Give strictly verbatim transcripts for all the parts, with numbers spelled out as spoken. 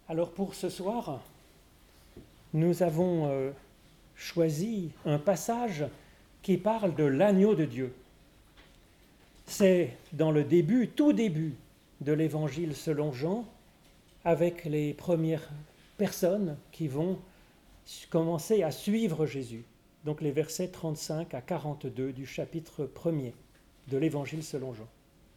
Alors pour ce soir, nous avons euh, choisi un passage qui parle de l'agneau de Dieu. C'est dans le début, tout début de l'Évangile selon Jean, avec les premières personnes qui vont commencer à suivre Jésus. Donc les versets trente-cinq à quarante-deux du chapitre premier de l'Évangile selon Jean.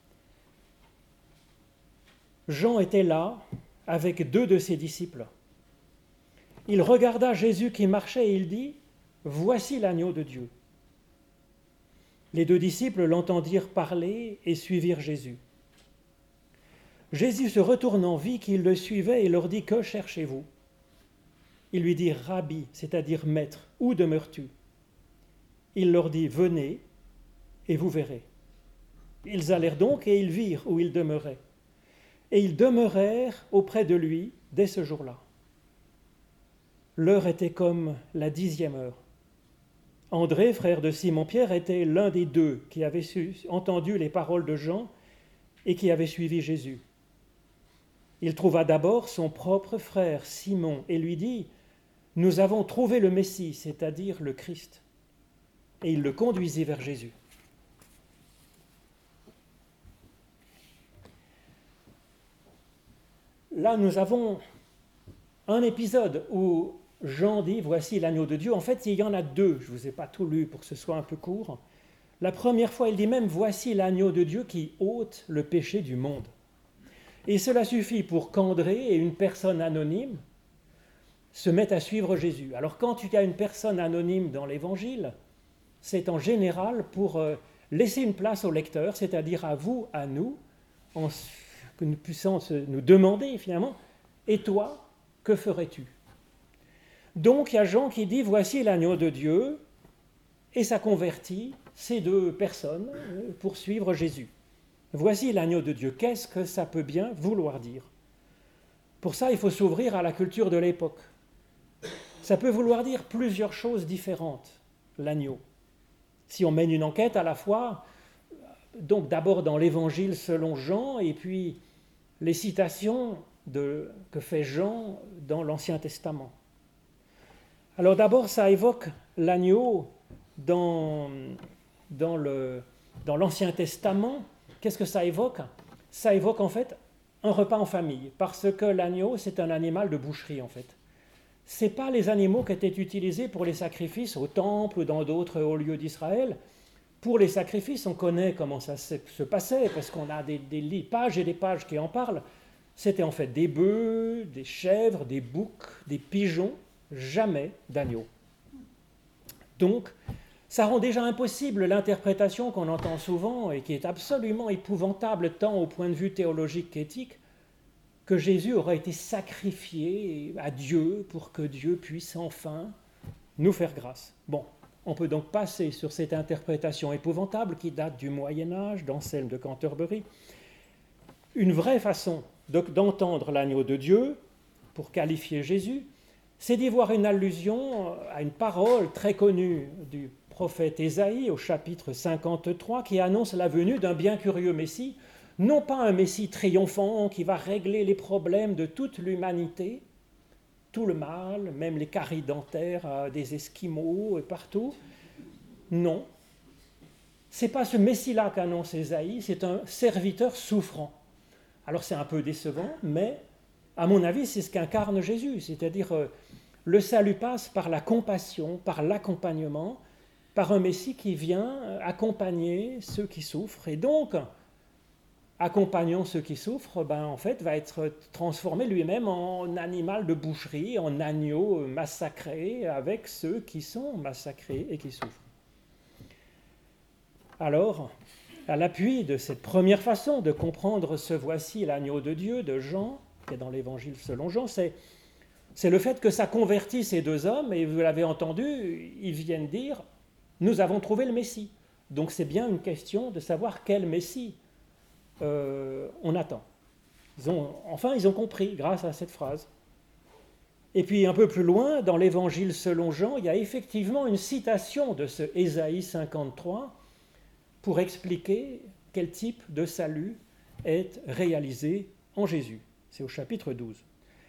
Jean était là avec deux de ses disciples. Il regarda Jésus qui marchait et il dit « Voici l'agneau de Dieu ». Les deux disciples l'entendirent parler et suivirent Jésus. Jésus se retournant vit qu'ils le suivaient et leur dit « Que cherchez-vous » Ils lui dirent « Rabbi », c'est-à-dire « Maître, où demeures-tu » Il leur dit « Venez et vous verrez ». Ils allèrent donc et ils virent où il demeurait. Et ils demeurèrent auprès de lui dès ce jour-là. L'heure était comme la dixième heure. André, frère de Simon-Pierre, était l'un des deux qui avaient entendu les paroles de Jean et qui avait suivi Jésus. Il trouva d'abord son propre frère Simon et lui dit « Nous avons trouvé le Messie, c'est-à-dire le Christ. » Et il le conduisit vers Jésus. Là, nous avons un épisode où Jean dit « Voici l'agneau de Dieu ». En fait, il y en a deux. Je ne vous ai pas tout lu pour que ce soit un peu court. La première fois, il dit même « Voici l'agneau de Dieu qui ôte le péché du monde ». Et cela suffit pour qu'André et une personne anonyme se mettent à suivre Jésus. Alors quand il y a une personne anonyme dans l'Évangile, c'est en général pour laisser une place au lecteur, c'est-à-dire à vous, à nous, en que nous puissions nous demander finalement « Et toi, que ferais-tu » Donc il y a Jean qui dit « Voici l'agneau de Dieu » et ça convertit ces deux personnes pour suivre Jésus. Voici l'agneau de Dieu. Qu'est-ce que ça peut bien vouloir dire ? Pour ça, il faut s'ouvrir à la culture de l'époque. Ça peut vouloir dire plusieurs choses différentes, l'agneau. Si on mène une enquête à la fois, donc d'abord dans l'Évangile selon Jean, et puis les citations de, que fait Jean dans l'Ancien Testament. Alors d'abord, ça évoque l'agneau dans, dans, le, dans l'Ancien Testament. Qu'est-ce que ça évoque ? Ça évoque en fait un repas en famille, parce que l'agneau, c'est un animal de boucherie en fait. Ce n'est pas les animaux qui étaient utilisés pour les sacrifices au temple ou dans d'autres hauts lieux d'Israël. Pour les sacrifices, on connaît comment ça se passait, parce qu'on a des, des pages et des pages qui en parlent. C'était en fait des bœufs, des chèvres, des boucs, des pigeons, jamais d'agneaux. Donc, ça rend déjà impossible l'interprétation qu'on entend souvent et qui est absolument épouvantable tant au point de vue théologique qu'éthique, que Jésus aurait été sacrifié à Dieu pour que Dieu puisse enfin nous faire grâce. Bon, on peut donc passer sur cette interprétation épouvantable qui date du Moyen-Âge, d'Anselme de Canterbury. Une vraie façon d'entendre l'agneau de Dieu, pour qualifier Jésus, c'est d'y voir une allusion à une parole très connue du prophète Ésaïe au chapitre cinquante-trois qui annonce la venue d'un bien curieux Messie, non pas un Messie triomphant qui va régler les problèmes de toute l'humanité, tout le mal, même les caries dentaires des Esquimaux et partout. Non, ce n'est pas ce Messie-là qu'annonce Ésaïe, c'est un serviteur souffrant. Alors c'est un peu décevant, mais à mon avis, c'est ce qu'incarne Jésus, c'est-à-dire euh, le salut passe par la compassion, par l'accompagnement, par un Messie qui vient accompagner ceux qui souffrent. Et donc, accompagnant ceux qui souffrent, ben, en fait, va être transformé lui-même en animal de boucherie, en agneau massacré avec ceux qui sont massacrés et qui souffrent. Alors, à l'appui de cette première façon de comprendre ce « Voici l'agneau de Dieu » de Jean, qui est dans l'Évangile selon Jean, c'est, c'est le fait que ça convertit ces deux hommes, et vous l'avez entendu, ils viennent dire « Nous avons trouvé le Messie ». Donc c'est bien une question de savoir quel Messie euh, on attend. Ils ont, enfin, ils ont compris grâce à cette phrase. Et puis un peu plus loin, dans l'Évangile selon Jean, il y a effectivement une citation de ce Ésaïe cinquante-trois pour expliquer quel type de salut est réalisé en Jésus. C'est au chapitre douze.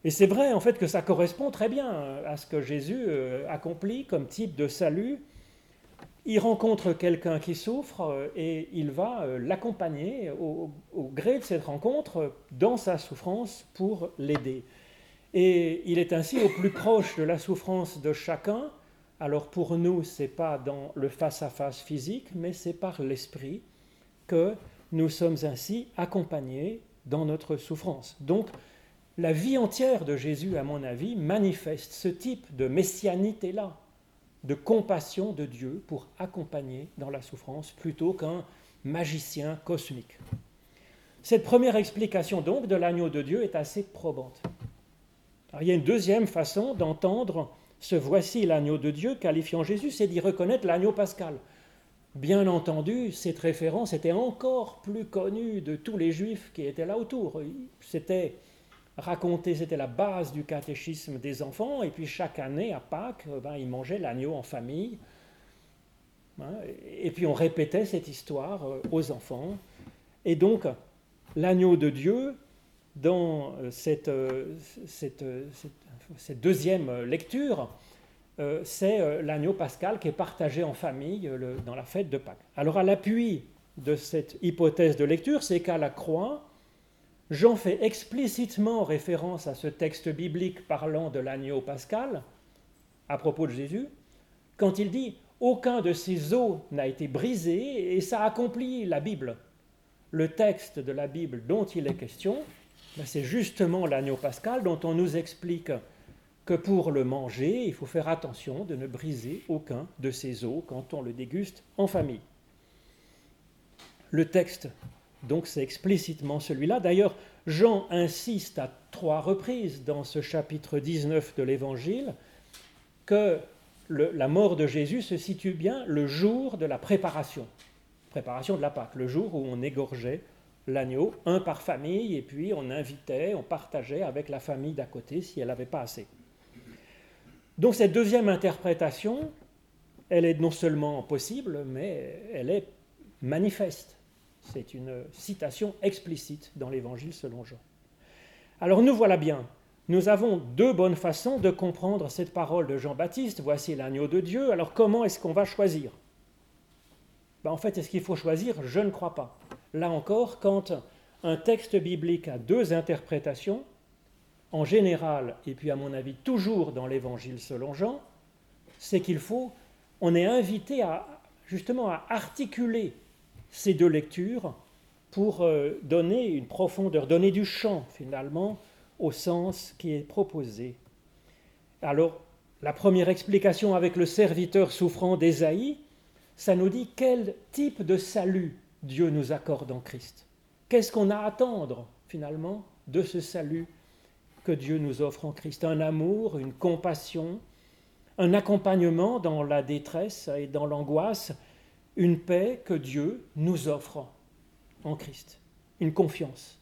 Et c'est vrai en fait que ça correspond très bien à ce que Jésus accomplit comme type de salut. Il rencontre quelqu'un qui souffre et il va l'accompagner au, au gré de cette rencontre dans sa souffrance pour l'aider. Et il est ainsi au plus proche de la souffrance de chacun. Alors pour nous, ce n'est pas dans le face-à-face physique, mais c'est par l'esprit que nous sommes ainsi accompagnés dans notre souffrance. Donc, la vie entière de Jésus, à mon avis, manifeste ce type de messianité-là, de compassion de Dieu pour accompagner dans la souffrance, plutôt qu'un magicien cosmique. Cette première explication donc de l'agneau de Dieu est assez probante. Alors, il y a une deuxième façon d'entendre ce « voici l'agneau de Dieu » qualifiant Jésus, c'est d'y reconnaître l'agneau pascal. Bien entendu, cette référence était encore plus connue de tous les Juifs qui étaient là autour. C'était raconté, c'était la base du catéchisme des enfants, et puis chaque année, à Pâques, ben, ils mangeaient l'agneau en famille. Hein, et puis on répétait cette histoire aux enfants. Et donc, l'agneau de Dieu, dans cette, cette, cette, cette deuxième lecture, euh, c'est euh, l'agneau pascal qui est partagé en famille euh, le, dans la fête de Pâques. Alors à l'appui de cette hypothèse de lecture, c'est qu'à la croix, Jean fait explicitement référence à ce texte biblique parlant de l'agneau pascal, à propos de Jésus, quand il dit « Aucun de ses os n'a été brisé » et ça accomplit la Bible. Le texte de la Bible dont il est question, ben c'est justement l'agneau pascal dont on nous explique que pour le manger, il faut faire attention de ne briser aucun de ses os quand on le déguste en famille. Le texte, donc, c'est explicitement celui-là. D'ailleurs, Jean insiste à trois reprises dans ce chapitre dix-neuf de l'Évangile que le, la mort de Jésus se situe bien le jour de la préparation, préparation de la Pâque, le jour où on égorgeait l'agneau, un par famille, et puis on invitait, on partageait avec la famille d'à côté si elle n'avait pas assez. Donc cette deuxième interprétation, elle est non seulement possible, mais elle est manifeste. C'est une citation explicite dans l'Évangile selon Jean. Alors nous voilà bien, nous avons deux bonnes façons de comprendre cette parole de Jean-Baptiste, voici l'agneau de Dieu. Alors comment est-ce qu'on va choisir ? Ben, en fait, est-ce qu'il faut choisir ? Je ne crois pas. Là encore, quand un texte biblique a deux interprétations, en général, et puis à mon avis toujours dans l'Évangile selon Jean, c'est qu'il faut, on est invité à, justement à articuler ces deux lectures pour euh, donner une profondeur, donner du champ finalement au sens qui est proposé. Alors, la première explication avec le serviteur souffrant d'Ésaïe, ça nous dit quel type de salut Dieu nous accorde en Christ. Qu'est-ce qu'on a à attendre finalement de ce salut que Dieu nous offre en Christ? Un amour, une compassion, un accompagnement dans la détresse et dans l'angoisse, une paix que Dieu nous offre en Christ, une confiance.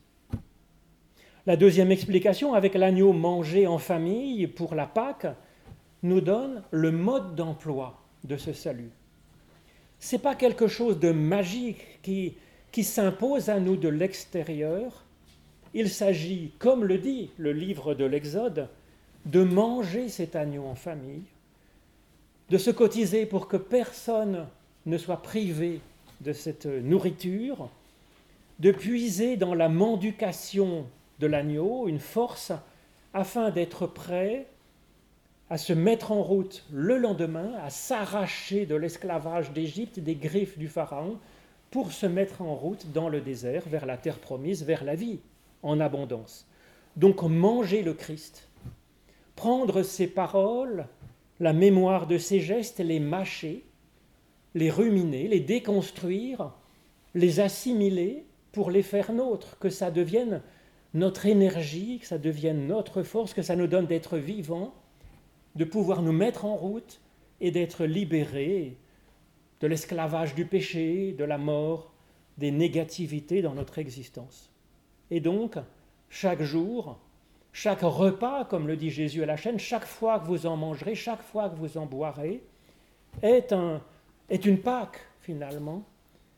La deuxième explication, avec l'agneau mangé en famille pour la Pâque, nous donne le mode d'emploi de ce salut. Ce n'est pas quelque chose de magique qui, qui s'impose à nous de l'extérieur. Il s'agit, comme le dit le livre de l'Exode, de manger cet agneau en famille, de se cotiser pour que personne ne soit privé de cette nourriture, de puiser dans la mendication de l'agneau une force afin d'être prêt à se mettre en route le lendemain, à s'arracher de l'esclavage d'Égypte, des griffes du Pharaon, pour se mettre en route dans le désert, vers la terre promise, vers la vie en abondance. Donc manger le Christ, prendre ses paroles, la mémoire de ses gestes, les mâcher, les ruminer, les déconstruire, les assimiler pour les faire nôtres, que ça devienne notre énergie, que ça devienne notre force, que ça nous donne d'être vivants, de pouvoir nous mettre en route et d'être libérés de l'esclavage du péché, de la mort, des négativités dans notre existence. Et donc, chaque jour, chaque repas, comme le dit Jésus à la chaîne, chaque fois que vous en mangerez, chaque fois que vous en boirez, est, un, est une Pâque, finalement.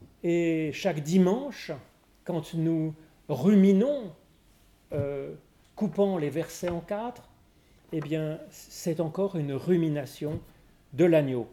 Et chaque dimanche, quand nous ruminons euh, coupant les versets en quatre, eh bien, c'est encore une rumination de l'agneau.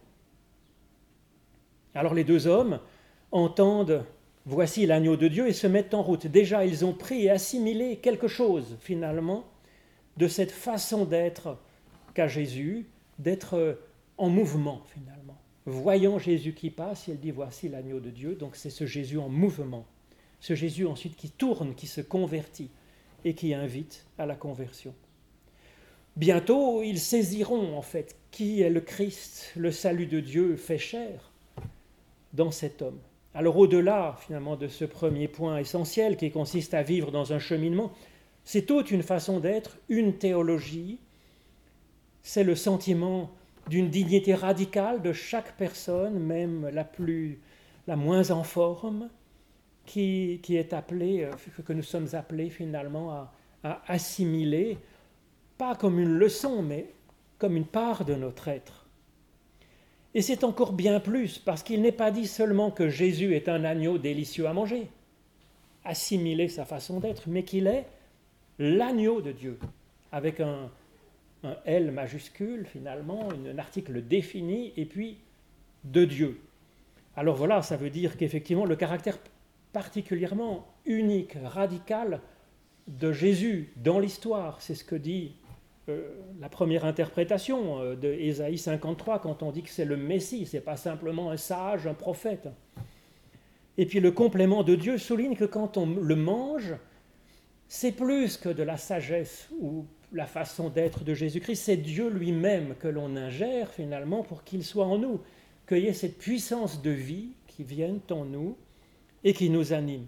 Alors les deux hommes entendent « Voici l'agneau de Dieu » et se mettent en route. Déjà, ils ont pris et assimilé quelque chose, finalement, de cette façon d'être qu'a Jésus, d'être en mouvement, finalement. Voyant Jésus qui passe, il dit « Voici l'agneau de Dieu ». Donc c'est ce Jésus en mouvement. Ce Jésus ensuite qui tourne, qui se convertit et qui invite à la conversion. Bientôt, ils saisiront en fait qui est le Christ, le salut de Dieu fait chair dans cet homme. Alors au-delà finalement de ce premier point essentiel qui consiste à vivre dans un cheminement, c'est toute une façon d'être, une théologie, c'est le sentiment d'une dignité radicale de chaque personne, même la, plus, la moins en forme, qui, qui est appelée, que nous sommes appelés finalement à, à assimiler, pas comme une leçon, mais comme une part de notre être. Et c'est encore bien plus, parce qu'il n'est pas dit seulement que Jésus est un agneau délicieux à manger, assimiler sa façon d'être, mais qu'il est l'agneau de Dieu, avec un, un L majuscule finalement, un article défini, et puis de Dieu. Alors voilà, ça veut dire qu'effectivement le caractère particulièrement unique, radical de Jésus dans l'histoire, c'est ce que dit euh, la première interprétation euh, de Ésaïe cinquante-trois quand on dit que c'est le Messie, c'est pas simplement un sage, un prophète. Et puis le complément de Dieu souligne que quand on le mange, c'est plus que de la sagesse ou la façon d'être de Jésus-Christ, c'est Dieu lui-même que l'on ingère finalement pour qu'il soit en nous, qu'il y ait cette puissance de vie qui vienne en nous et qui nous anime.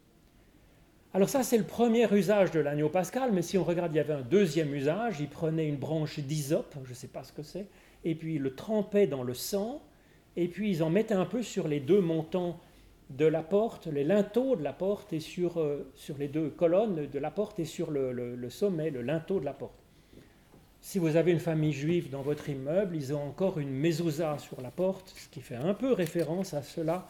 Alors ça, c'est le premier usage de l'agneau pascal, mais si on regarde, il y avait un deuxième usage, il prenait une branche d'hysope, je ne sais pas ce que c'est, et puis il le trempait dans le sang, et puis ils en mettaient un peu sur les deux montants de la porte, les linteaux de la porte, et sur, euh, sur les deux colonnes de la porte, et sur le, le, le sommet, le linteau de la porte. Si vous avez une famille juive dans votre immeuble, ils ont encore une mezouza sur la porte, ce qui fait un peu référence à cela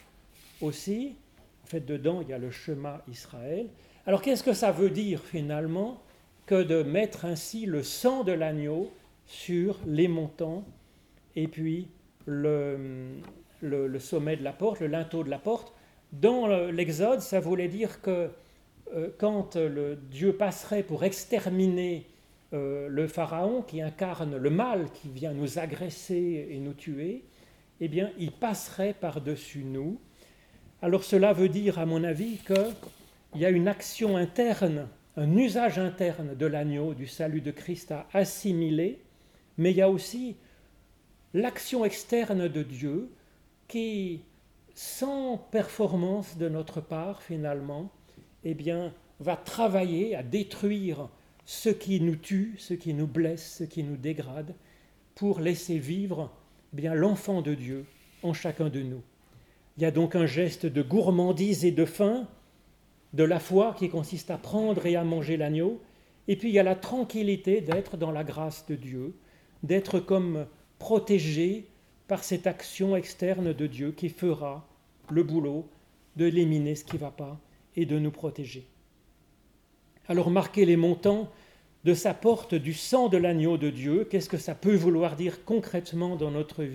aussi. En fait, dedans, il y a le Shema Israël. Alors, qu'est-ce que ça veut dire, finalement, que de mettre ainsi le sang de l'agneau sur les montants et puis le, le, le sommet de la porte, le linteau de la porte? Dans l'Exode, ça voulait dire que euh, quand le Dieu passerait pour exterminer euh, le Pharaon, qui incarne le mal, qui vient nous agresser et nous tuer, eh bien, il passerait par-dessus nous. Alors cela veut dire, à mon avis, qu'il y a une action interne, un usage interne de l'agneau, du salut de Christ à assimiler, mais il y a aussi l'action externe de Dieu qui, sans performance de notre part finalement, eh bien, va travailler à détruire ce qui nous tue, ce qui nous blesse, ce qui nous dégrade, pour laisser vivre eh bien, l'enfant de Dieu en chacun de nous. Il y a donc un geste de gourmandise et de faim, de la foi qui consiste à prendre et à manger l'agneau, et puis il y a la tranquillité d'être dans la grâce de Dieu, d'être comme protégé par cette action externe de Dieu qui fera le boulot de l'éliminer ce qui ne va pas et de nous protéger. Alors marquer les montants de sa porte du sang de l'agneau de Dieu, qu'est-ce que ça peut vouloir dire concrètement dans notre vie ?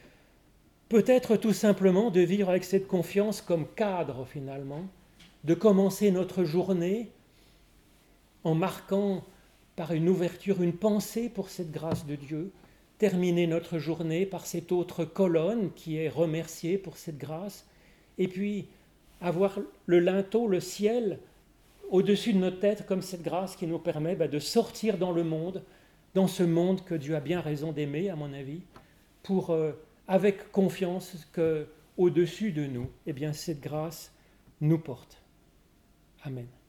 Peut-être tout simplement de vivre avec cette confiance comme cadre finalement, de commencer notre journée en marquant par une ouverture, une pensée pour cette grâce de Dieu, terminer notre journée par cette autre colonne qui est remerciée pour cette grâce, et puis avoir le linteau, le ciel, au-dessus de notre tête comme cette grâce qui nous permet ben, de sortir dans le monde, dans ce monde que Dieu a bien raison d'aimer, à mon avis, pour... Euh, avec confiance qu'au-dessus de nous, eh bien, cette grâce nous porte. Amen.